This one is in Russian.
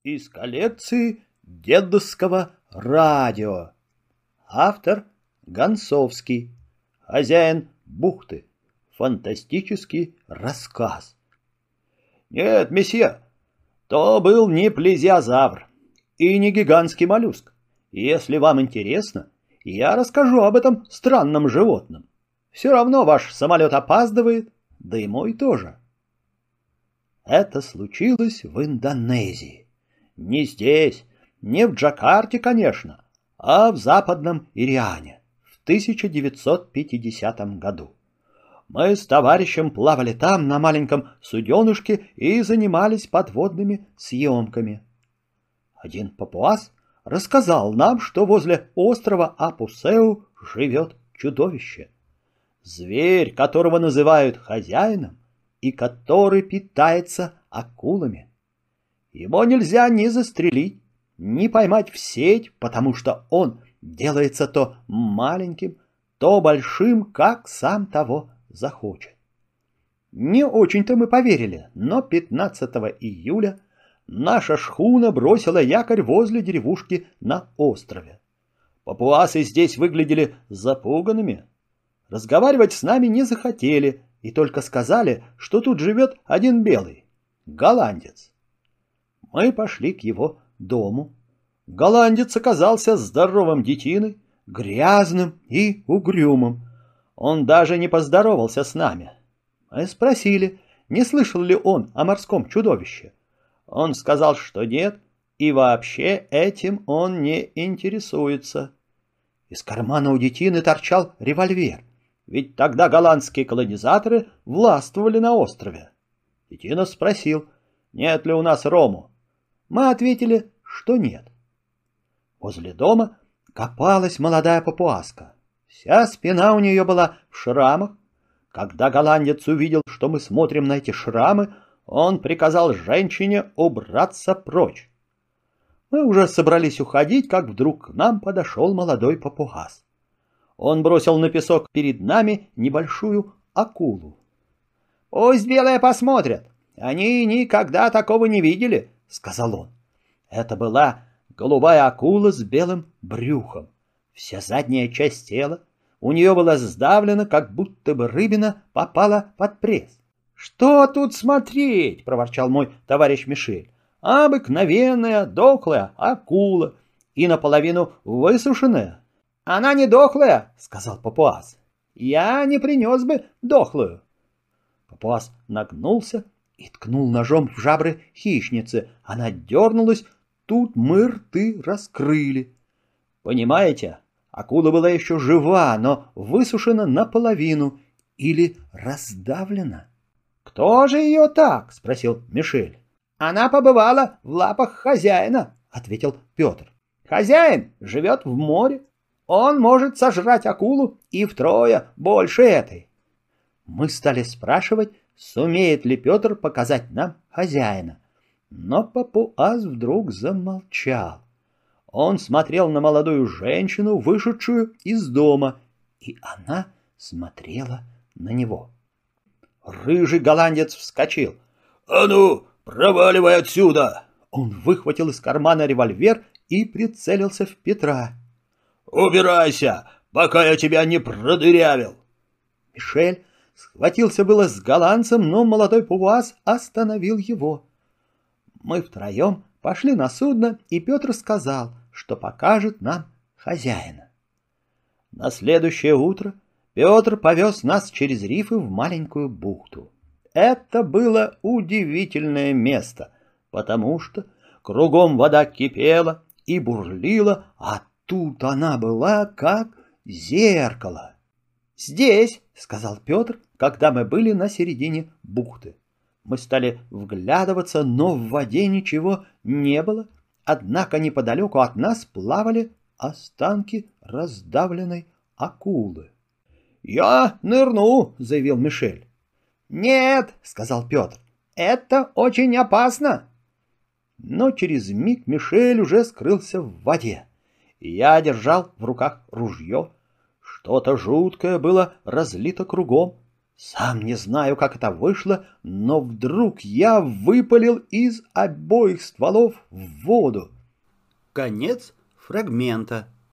из коллекции дедовского радио. Автор Гонцовский. Хозяин бухты. Фантастический рассказ. Нет, месье, то был не плезиозавр и не гигантский моллюск. Если вам интересно, я расскажу об этом странном животном. Все равно ваш самолет опаздывает, да и мой тоже. Это случилось в Индонезии. Не здесь, не в Джакарте, конечно, а в Западном Ириане в 1950 году. Мы с товарищем плавали там на маленьком суденышке и занимались подводными съемками. Один папуас рассказал нам, что возле острова Апусеу живет чудовище. Зверь, которого называют хозяином, и который питается акулами. Его нельзя ни застрелить, ни поймать в сеть, потому что он делается то маленьким, то большим, как сам того захочет. Не очень-то мы поверили, но 15 июля наша шхуна бросила якорь возле деревушки на острове. Папуасы здесь выглядели запуганными. Разговаривать с нами не захотели и только сказали, что тут живет один белый, голландец. Мы пошли к его дому. Голландец оказался здоровым детиной, грязным и угрюмым. Он даже не поздоровался с нами. Мы спросили, не слышал ли он о морском чудовище. Он сказал, что нет, и вообще этим он не интересуется. Из кармана у детины торчал револьвер, ведь тогда голландские колонизаторы властвовали на острове. Детина спросил, нет ли у нас рому. Мы ответили, что нет. Возле дома копалась молодая папуаска. Вся спина у нее была в шрамах. Когда голландец увидел, что мы смотрим на эти шрамы, он приказал женщине убраться прочь. Мы уже собрались уходить, как вдруг к нам подошел молодой папуас. Он бросил на песок перед нами небольшую акулу. — Пусть белые посмотрят, они никогда такого не видели, — сказал он. Это была голубая акула с белым брюхом. Вся задняя часть тела у нее была сдавлена, как будто бы рыбина попала под пресс. — Что тут смотреть? — проворчал мой товарищ Мишель. — Обыкновенная дохлая акула и наполовину высушенная. — Она не дохлая, — сказал папуас. — Я не принес бы дохлую. Папуас нагнулся и ткнул ножом в жабры хищницы. Она дернулась, тут мы рты раскрыли. Понимаете, акула была еще жива, но высушена наполовину или раздавлена. — Кто же ее так? — спросил Мишель. — Она побывала в лапах хозяина, — ответил Петр. — Хозяин живет в море. Он может сожрать акулу и втрое больше этой. Мы стали спрашивать, сумеет ли Петр показать нам хозяина. Но папуас вдруг замолчал. Он смотрел на молодую женщину, вышедшую из дома, и она смотрела на него. Рыжий голландец вскочил. — А ну, проваливай отсюда! Он выхватил из кармана револьвер и прицелился в Петра. — Убирайся, пока я тебя не продырявил! Мишель схватился было с голландцем, но молодой папуас остановил его. Мы втроем пошли на судно, и Петр сказал, что покажет нам хозяина. На следующее утро Петр повез нас через рифы в маленькую бухту. Это было удивительное место, потому что кругом вода кипела и бурлила, а тут она была как зеркало. «Здесь», — сказал Петр, когда мы были на середине бухты. Мы стали вглядываться, но в воде ничего не было, однако неподалеку от нас плавали останки раздавленной акулы. «Я нырну», — заявил Мишель. «Нет», — сказал Петр, — «это очень опасно». Но через миг Мишель уже скрылся в воде. Я держал в руках ружье. Что-то жуткое было разлито кругом. Сам не знаю, как это вышло, но вдруг я выпалил из обоих стволов в воду. Конец фрагмента.